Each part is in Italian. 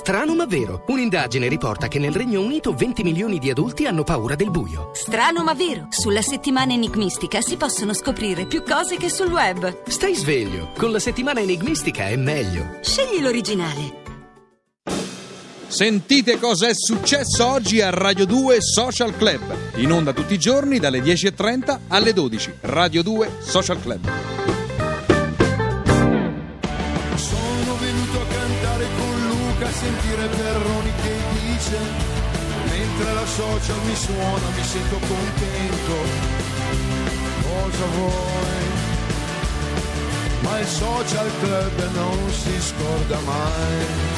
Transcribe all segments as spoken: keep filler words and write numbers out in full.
Strano ma vero. Un'indagine riporta che nel Regno Unito venti milioni di adulti hanno paura del buio. Strano ma vero. Sulla settimana enigmistica si possono scoprire più cose che sul web. Stai sveglio. Con la settimana enigmistica è meglio. Scegli l'originale. Sentite cosa è successo oggi a Radio due Social Club. In onda tutti i giorni dalle dieci e trenta alle dodici. Radio due Social Club. Sono venuto a cantare con Luca, a sentire Perroni che dice: mentre la social mi suona mi sento contento. Cosa vuoi? Ma il Social Club non si scorda mai.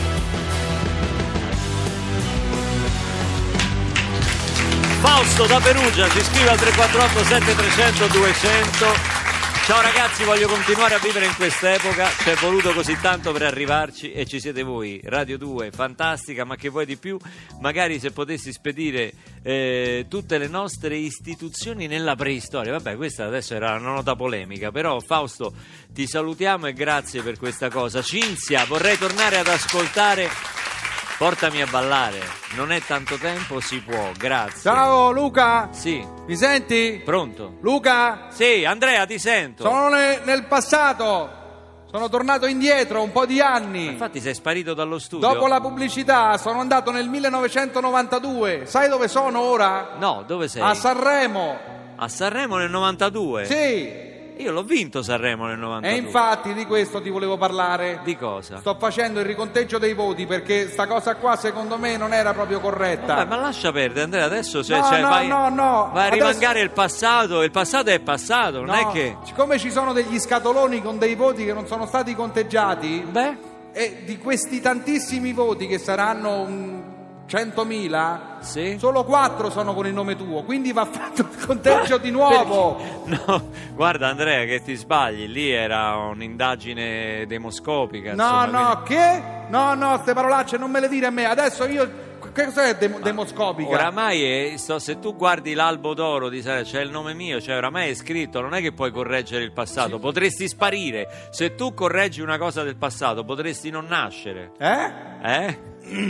Fausto da Perugia ci scrive al tre quattro otto sette tre zero zero due zero zero. Ciao ragazzi, voglio continuare a vivere in quest'epoca, ci è voluto così tanto per arrivarci e ci siete voi. Radio due, fantastica, ma che vuoi di più? Magari se potessi spedire eh, tutte le nostre istituzioni nella preistoria. Vabbè, questa adesso era una nota polemica, però Fausto ti salutiamo e grazie per questa cosa. Cinzia, vorrei tornare ad ascoltare Portami a ballare, non è tanto tempo, si può, grazie. Ciao Luca. Sì. Mi senti? Pronto? Luca? Sì, Andrea, ti sento. Sono ne- nel passato, sono tornato indietro un po' di anni. Infatti sei sparito dallo studio. Dopo la pubblicità sono andato nel millenovecentonovantadue. Sai dove sono ora? No, dove sei? A Sanremo. A Sanremo nel novantadue? Sì. Io l'ho vinto Sanremo nel novantadue. E infatti di questo ti volevo parlare. Di cosa? Sto facendo il riconteggio dei voti perché sta cosa qua secondo me non era proprio corretta. Vabbè, ma lascia perdere Andrea, adesso cioè, No, cioè, no, vai, no, no. vai a Adesso- rimangare il passato. Il passato è passato, non No, è che... siccome ci sono degli scatoloni con dei voti che non sono stati conteggiati, Beh, e di questi tantissimi voti che saranno un centomila, sì. solo quattro sono con il nome tuo, quindi va fatto il conteggio di nuovo. Perché? No, guarda Andrea che ti sbagli, lì era un'indagine demoscopica. No, insomma, no, quindi... che? No, no, ste parolacce non me le dire a me. Adesso io... Che cos'è dem- demoscopica? Oramai è, so, se tu guardi l'albo d'oro di Sara, c'è il nome mio, cioè oramai è scritto, non è che puoi correggere il passato, Sì. Potresti sparire. Se tu correggi una cosa del passato, potresti non nascere. Eh? Eh?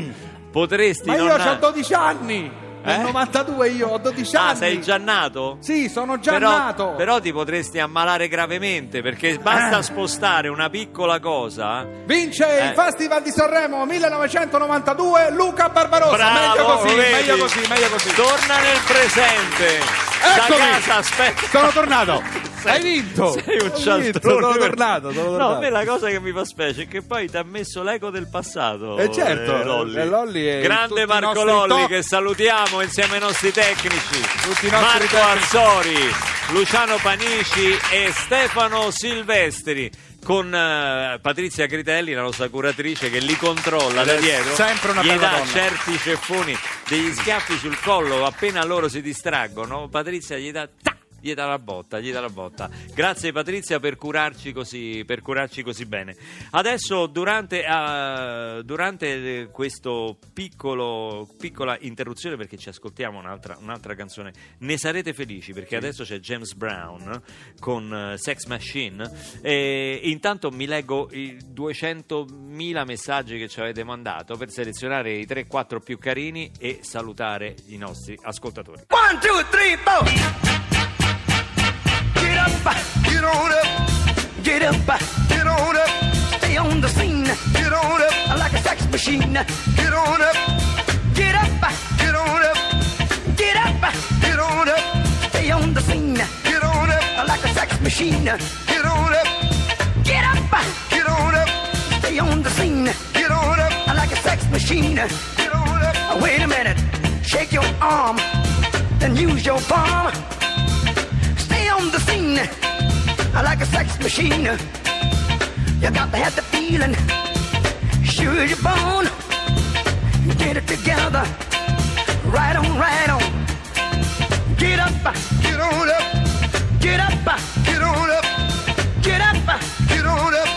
Potresti Ma non io ho nascere. dodici anni. Nel Eh? novantadue io ho dodici Ah, anni. sei già nato? Sì, sono già però, nato. Però ti potresti ammalare gravemente perché basta Eh. spostare una piccola cosa. Vince Eh. il Festival di Sanremo millenovecentonovantadue Luca Barbarossa. Bravo, meglio così, vedi? meglio così, meglio così. Torna nel presente. Eccomi. Da casa, aspetta. Sono tornato. Sei- Hai vinto. Sei un Ho cialtrone. vinto, sono tornato, sono No, tornato. a me la cosa che mi fa specie è che poi ti ha messo l'eco del passato. Eh, certo, eh, Lolli. eh, Lolli è Grande tutti i Marco nostri Lolli top. che salutiamo insieme ai nostri tecnici. Tutti i nostri Marco tecnici. Azzori, Luciano Panici e Stefano Silvestri. Con eh, Patrizia Critelli, la nostra curatrice, che li controlla da Ed è dietro, sempre una gli bella dà donna. certi ceffoni, degli schiaffi sul collo appena loro si distraggono. Patrizia gli dà tac, gli dà la botta, gli dà la botta. Grazie Patrizia per curarci così, per curarci così bene. Adesso durante, uh, durante questo piccolo piccola interruzione, perché ci ascoltiamo un'altra, un'altra canzone, ne sarete felici perché adesso c'è James Brown con uh, Sex Machine e intanto mi leggo i duecentomila messaggi che ci avete mandato per selezionare i tre quattro più carini e salutare i nostri ascoltatori. One, two, three, four. Get up, get on up, get up, get on up, stay on the scene, get on up, like a sex machine, get on up, get up, get on up, get up, get on up, stay on the scene, get on up, like a sex machine, get on up, get up, get on up, stay on the scene, get on up, like a sex machine, get on up, wait a minute, shake your arm, then use your palm. On the scene, like a sex machine. You got to have the feeling, sure you're born. Get it together, right on, right on. Get up, get on up, get up, get on up, get up, get on up.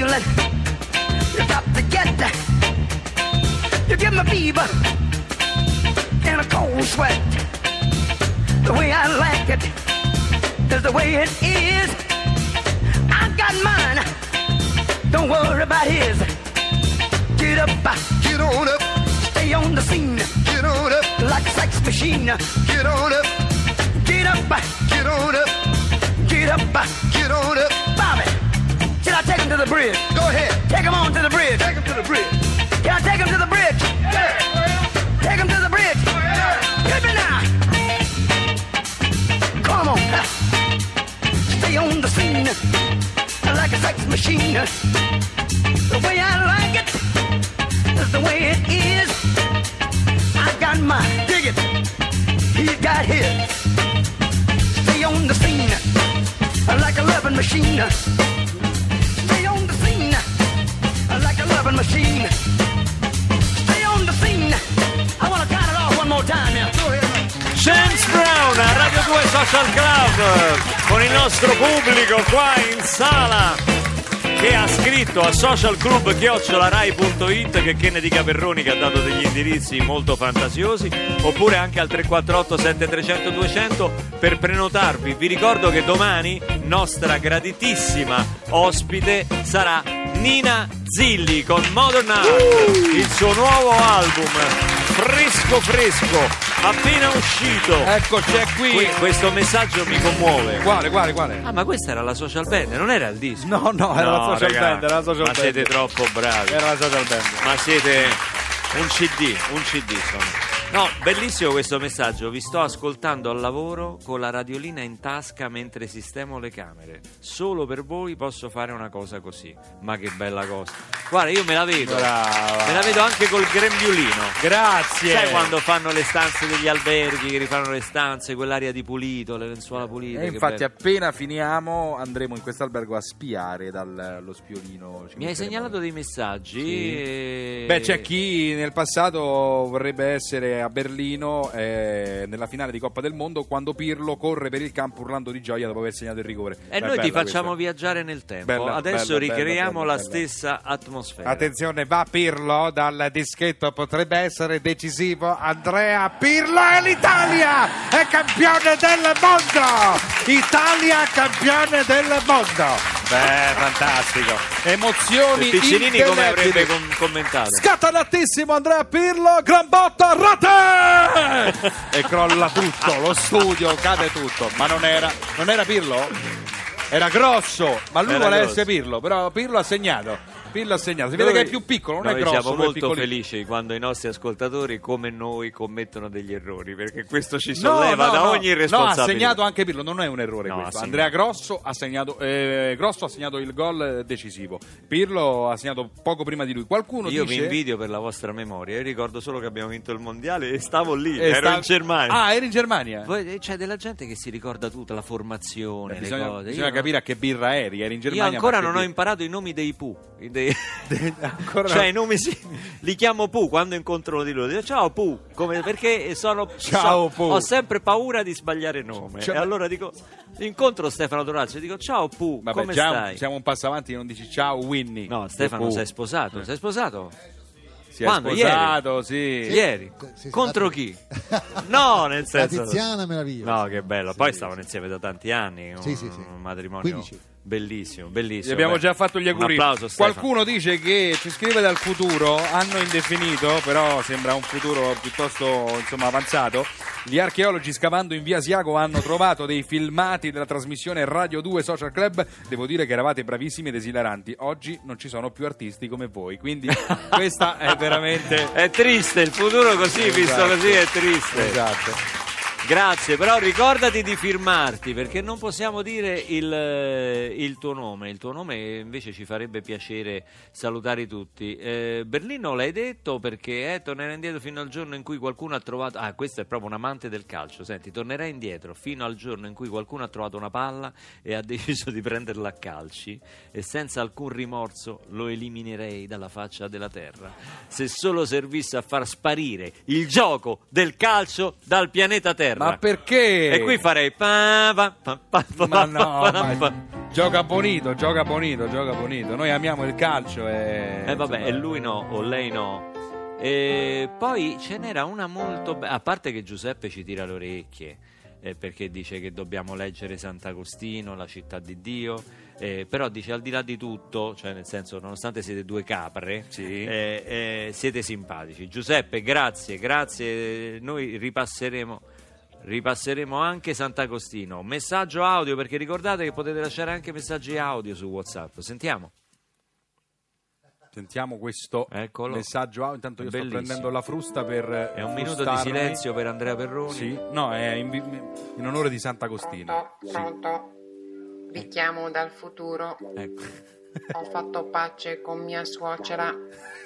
feeling you got to get. You give me fever and a cold sweat. The way I like it is the way it is. I got mine, don't worry about his. Get up, Get on up, stay on the scene get on up, like a sex machine. get on up, Get up, get on up, get up. get on up. Bobby, should I take him to the bridge? Go ahead, Take him on to the bridge. take him to the bridge. Can I take him to the bridge? Take him to the bridge. Hit me now. Come on. Stay on the scene like a sex machine. The way I like it is the way it is. I got mine. Dig it. He's got his. Stay on the scene like a loving machine. Stay on the scene like a loving machine. Stay on the scene. I want to count it off one more time now. Go ahead. James Brown a Radio due Social Club con il nostro pubblico qua in sala che ha scritto a socialclub chiocciola rai punto it che, che ne dica Perroni, che ha dato degli indirizzi molto fantasiosi, oppure anche al tre quattro otto sette tre zero zero due zero zero per prenotarvi. Vi ricordo che domani nostra graditissima ospite sarà Nina Zilli con Modern Art, uh! il suo nuovo album fresco fresco appena uscito. Eccoci, è qui. Que- questo messaggio mi commuove. Quale, quale, quale? Ah, ma questa era la social band, non era il disco? No, no, era la social raga, band, era la social ma band. siete troppo bravi. Era la social band. Ma siete un C D, un C D sono. No, bellissimo questo messaggio. Vi sto ascoltando al lavoro con la radiolina in tasca mentre sistemo le camere. Solo per voi posso fare una cosa così. Ma che bella cosa. Guarda, io me la vedo. Brava. Me la vedo anche col grembiulino. Grazie. Sai quando fanno le stanze degli alberghi, che rifanno le stanze, quell'aria di pulito, le lenzuola pulite. E che infatti bello. appena finiamo andremo in questo albergo a spiare dallo spiolino. Ci Mi hai metteremo. segnalato dei messaggi. Sì. e- Beh, c'è chi nel passato vorrebbe essere a Berlino eh, nella finale di Coppa del Mondo quando Pirlo corre per il campo urlando di gioia dopo aver segnato il rigore. E Beh, noi ti bella facciamo questa. viaggiare nel tempo. Bella, Adesso bella, ricreiamo bella, la bella. stessa atmosfera. Attenzione, va Pirlo dal dischetto, potrebbe essere decisivo. Andrea Pirlo e l'Italia è campione del mondo! Italia campione del mondo! Beh, fantastico! Emozioni Piccinini come avrebbe indelebili. com- commentato? Scatenatissimo Andrea Pirlo, gran botta, rete! E crolla tutto, lo studio, cade tutto. Ma non era, non era Pirlo? Era grosso, ma lui Era vuole grosso. essere Pirlo, però Pirlo ha segnato. Pirlo ha segnato, si vede Noi- che è più piccolo, non noi è grosso, siamo lui è molto piccolino. felici quando i nostri ascoltatori come noi commettono degli errori, perché questo ci No, solleva no, da no. ogni No, responsabilità. ha segnato anche Pirlo, non è un errore No, questo. ha Andrea segnato. Grosso ha segnato eh, Grosso ha segnato il gol eh, decisivo. Pirlo ha segnato poco prima di lui. Qualcuno Io dice vi invidio per la vostra memoria. Io ricordo solo che abbiamo vinto il mondiale e stavo lì, Eh, ero sta- in Germania. Ah, eri in Germania? Poi c'è della gente che si ricorda tutta la formazione, Beh, le bisogna cose. bisogna Io capire a che birra eri, eri in Io Germania. ancora ma che non ho birra? imparato i nomi dei Pooh. i dei- Ancora cioè no. i nomi sì, li chiamo Pooh quando incontro uno di loro. Dico ciao Pooh, come, perché sono Ciao, so- Pooh. ho sempre paura di sbagliare nome. Cioè- e allora dico incontro Stefano Dorazio e dico ciao Pooh, Vabbè, come già stai? siamo un passo avanti, non dici ciao Winnie. No, Stefano, Oh, sei sposato? Sei sposato? si è Quando? sposato, sì. Ieri? Sì, sì, Contro la- chi? No, nel La senso... Tiziana meravigliosa. No, che bello. Poi stavano insieme da tanti anni. Sì, un, sì, sì. un matrimonio quindici. bellissimo, bellissimo. Gli abbiamo Beh, già fatto gli auguri. Un applauso, Stefano. Qualcuno dice che ci scrive dal futuro, anno indefinito, però sembra un futuro piuttosto insomma avanzato. Gli archeologi scavando in via Asiago hanno trovato dei filmati della trasmissione Radio due Social Club. Devo dire che eravate bravissimi ed esilaranti. Oggi non ci sono più artisti come voi, quindi questa è veramente È triste, il futuro così, visto Esatto. così, è triste. esatto. Grazie, però ricordati di firmarti, perché non possiamo dire il, eh, il tuo nome. Il tuo nome invece ci farebbe piacere salutare tutti. Eh, Berlino l'hai detto perché eh, tornerai indietro fino al giorno in cui qualcuno ha trovato... Ah, questo è proprio un amante del calcio. Senti, tornerai indietro fino al giorno in cui qualcuno ha trovato una palla e ha deciso di prenderla a calci e senza alcun rimorso lo eliminerei dalla faccia della terra. Se solo servisse a far sparire il gioco del calcio dal pianeta Terra. Ma perché? E qui farei pa, pa, pa, pa, pa, Ma no, pa, pa, ma- pa. Gioca bonito, gioca bonito, gioca bonito. Noi amiamo il calcio e... Eh vabbè, insomma, e lui no, o lei no. E poi ce n'era una molto bella, a parte che Giuseppe ci tira le orecchie, eh, perché dice che dobbiamo leggere Sant'Agostino, la città di Dio, eh, però dice al di là di tutto, cioè nel senso, nonostante siete due capre, Sì. eh, eh, siete simpatici. Giuseppe, grazie, grazie, noi ripasseremo... Ripasseremo anche Sant'Agostino. Messaggio audio, perché ricordate che potete lasciare anche messaggi audio su WhatsApp. Sentiamo. Sentiamo questo Eccolo. messaggio. Ah, intanto io Bellissimo. sto prendendo la frusta per È un minuto di frustarmi. silenzio per Andrea Perroni. Sì, no, è in, in onore di Sant'Agostino. Pronto? Pronto? Vi chiamo dal futuro. Ecco. Ho fatto pace con mia suocera.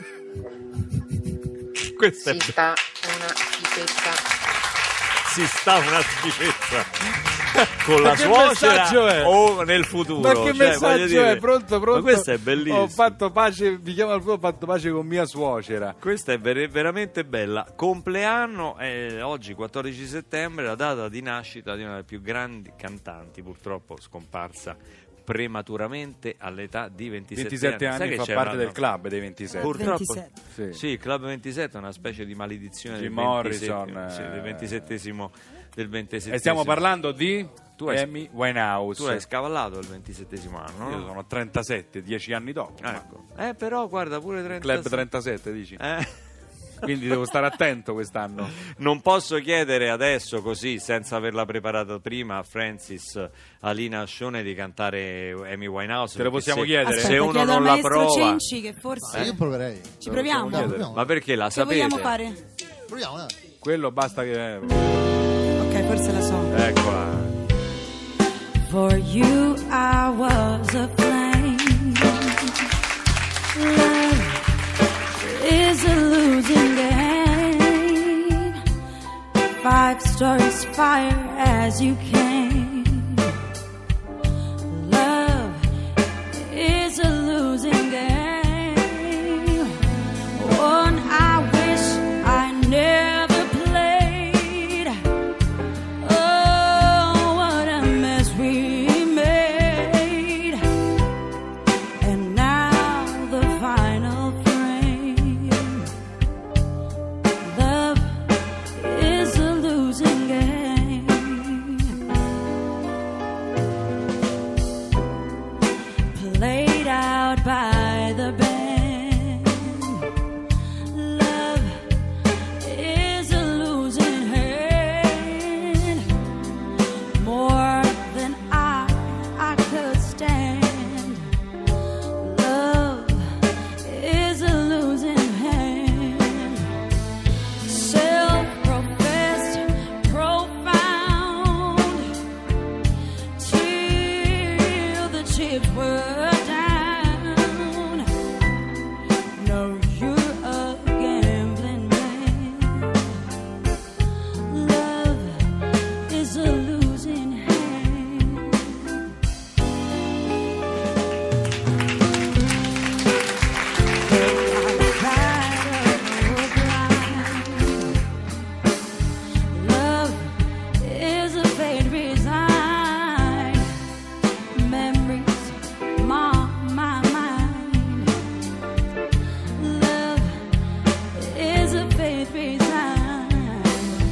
Questa Si è sta una schifezza. si sta una schifezza. Con la Ma che messaggio suocera è? o nel futuro. Ma che Cioè, messaggio voglio dire, è? Pronto, pronto? Ma questo è bellissimo. Ho fatto pace, mi chiamo al futuro, ho fatto pace con mia suocera. Questa è ver- veramente bella. Compleanno è oggi quattordici settembre, la data di nascita di una delle più grandi cantanti, purtroppo scomparsa prematuramente all'età di ventisette, ventisette anni. Sai anni, che fa c'è parte una- del club dei ventisette. Purtroppo ventisette. Sì. sì, il Club ventisette è una specie di maledizione Jim del Morrison, ventisettesimo, sì, eh. del ventisettesimo del ventisettesimo. E stiamo parlando di Tu hai- Amy Winehouse. Tu hai scavallato il ventisettesimo anno, Io no? sono trentasette, dieci anni dopo. Ah, ecco. Eh, però guarda pure trenta Club trentasette, dici? Eh. Quindi devo stare attento quest'anno. Non posso chiedere adesso così, senza averla preparata prima, a Francis Alina Ascione di cantare Amy Winehouse. Te lo perché possiamo se, chiedere? Se Aspetta, uno chiedo al non la maestro prova, Cenci che forse Ah, io proverei. ci proviamo. No, proviamo. ma perché la Che sapete? vogliamo fare? Proviamo, dai. Quello basta che... Ok, forse la so. Eccola. For you I was a flame. Love is a losing game. Five stars fire as you came. Love is a losing game. One I wish I never played. Oh, what a mess we made. And now the final frame. Love is a losing game. Played out by the band. Love is a losing hand. More than I, I could stand. Love is a losing hand. Self-professed, profound, till the chips were down. No, you're a gambling man. Love is a losing hand. Love is a fate resigned. Memories mar my mind. Love is a fate resigned.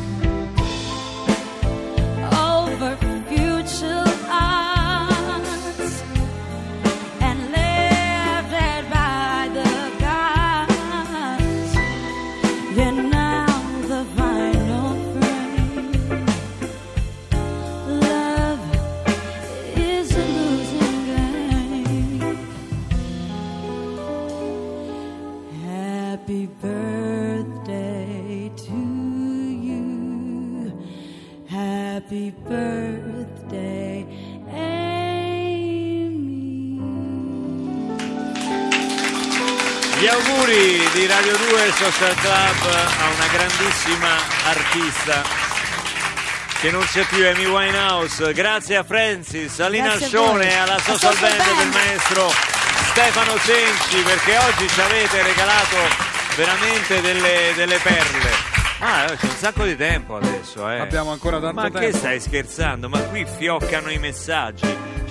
Over future odds and left it by the gods. You're now the final frame. Love is a losing game. Happy birthday to you. Happy birthday, Amy. Gli auguri di Radio due Social Club a una grandissima artista che non c'è più, Amy Winehouse. Grazie a Francis, Alina Grazie a Ascione voi. e alla A social Social band del Band. maestro Stefano Cenci, perché oggi ci avete regalato veramente delle, delle perle. Ah, c'è un sacco di tempo adesso, eh. Abbiamo ancora tanto Ma tempo. che stai scherzando? Ma qui fioccano i messaggi. Ci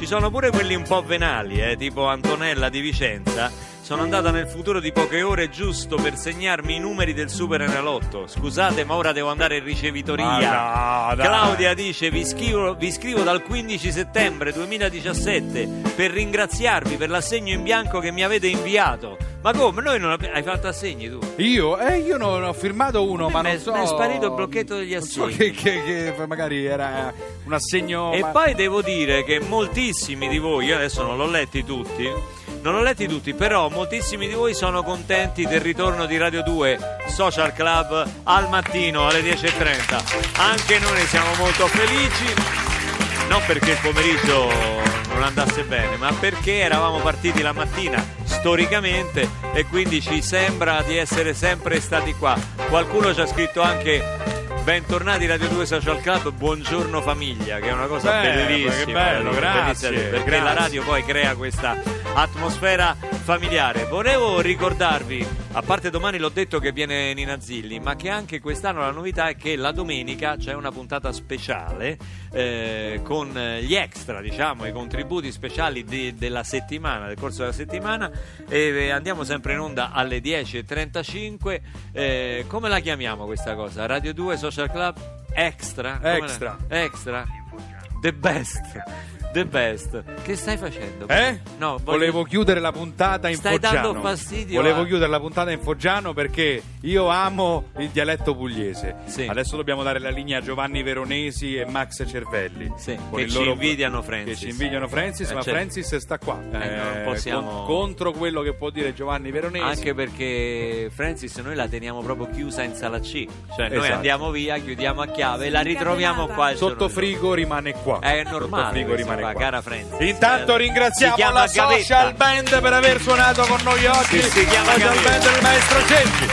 Ci sono pure quelli un po' venali, eh, tipo Antonella di Vicenza. Sono andata nel futuro di poche ore giusto per segnarmi i numeri del Super Enalotto. Scusate, ma ora devo andare in ricevitoria. Ma no, dai. Claudia dice: vi scrivo, vi scrivo dal quindici settembre duemiladiciassette per ringraziarvi per l'assegno in bianco che mi avete inviato. Ma come? Noi non abbiamo... Hai fatto assegni tu? Io? Eh, io non ho firmato uno, ma mi non è- so. mi è sparito il blocchetto degli assegni. Non so che, che- che magari era un assegno. E ma- poi devo dire che moltissimi di voi, io adesso non l'ho letti tutti, non l'ho letti tutti, però moltissimi di voi sono contenti del ritorno di Radio due Social Club al mattino alle dieci e trenta. Anche noi ne siamo molto felici, non perché il pomeriggio non andasse bene, ma perché eravamo partiti la mattina storicamente e quindi ci sembra di essere sempre stati qua. Qualcuno ci ha scritto anche: bentornati Radio due Social Club, buongiorno famiglia, che è una cosa Bello, bellissima. che bello, bellissima, grazie, perché grazie. la radio poi crea questa atmosfera familiare. Volevo ricordarvi, a parte domani l'ho detto che viene Nina Zilli, ma che anche quest'anno la novità è che la domenica c'è una puntata speciale eh, con gli extra, diciamo, i contributi speciali di- della settimana, del corso della settimana, e andiamo sempre in onda alle dieci e trentacinque. Eh, come la chiamiamo questa cosa? Radio due Social Club Extra? Come la- Extra. Extra? The best. The best. Che stai facendo? Eh? No, voglio- Volevo chiudere la puntata in Stai foggiano. dando fastidio Volevo a- chiudere la puntata in foggiano perché io amo il dialetto pugliese. Sì. Adesso dobbiamo dare la linea a Giovanni Veronesi e Max Cervelli. Sì, Con che il ci loro- invidiano Francis. Che ci invidiano Francis, Eh, ma certo. Francis sta qua. Eh, non possiamo- con- contro quello che può dire Giovanni Veronesi. Anche perché Francis noi la teniamo proprio chiusa in sala C. Cioè noi Esatto. andiamo via, chiudiamo a chiave e la ritroviamo qua il Sotto giorno dopo. frigo rimane qua. È Sotto normale, frigo questo rimane qua, qua. cara Francis. Intanto Eh, ringraziamo si chiama la Gavetta. Social Band per aver suonato con noi oggi. Sì, si chiama Social Gavetta. Band del maestro Cenci.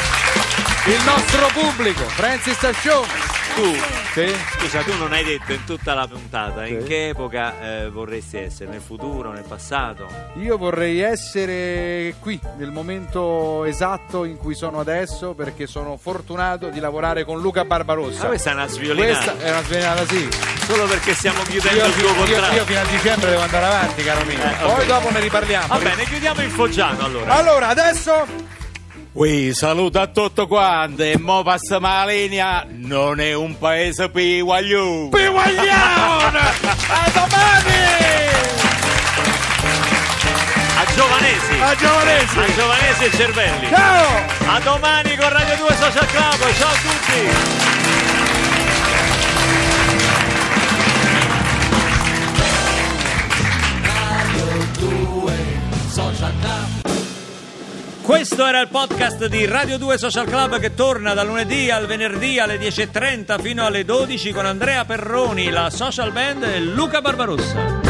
Il nostro pubblico, Francis Tascione. Tu, Sì. scusa, tu non hai detto in tutta la puntata in Sì. che epoca eh, vorresti essere, nel futuro, nel passato? Io vorrei essere qui, nel momento esatto in cui sono adesso, perché sono fortunato di lavorare con Luca Barbarossa. Ah, questa è una sviolinata. Questa è una sviolinata, sì. Solo perché stiamo chiudendo Io, il tuo io- contratto. io fino a dicembre devo andare avanti, caro mio. Eh, Poi ok. dopo ne riparliamo. Va bene, chiudiamo il foggiano allora. Allora, adesso... Ui, saluto a tutto quanto e mo passiamo la linea, non è un paese piguagliù. Piguaglione! A domani! A Giovanesi. A Giovanesi! A Giovanesi e Cervelli. Ciao! A domani con Radio due Social Club. Ciao a tutti. Questo era il podcast di Radio due Social Club che torna dal lunedì al venerdì alle dieci e trenta fino alle dodici con Andrea Perroni, la Social Band e Luca Barbarossa.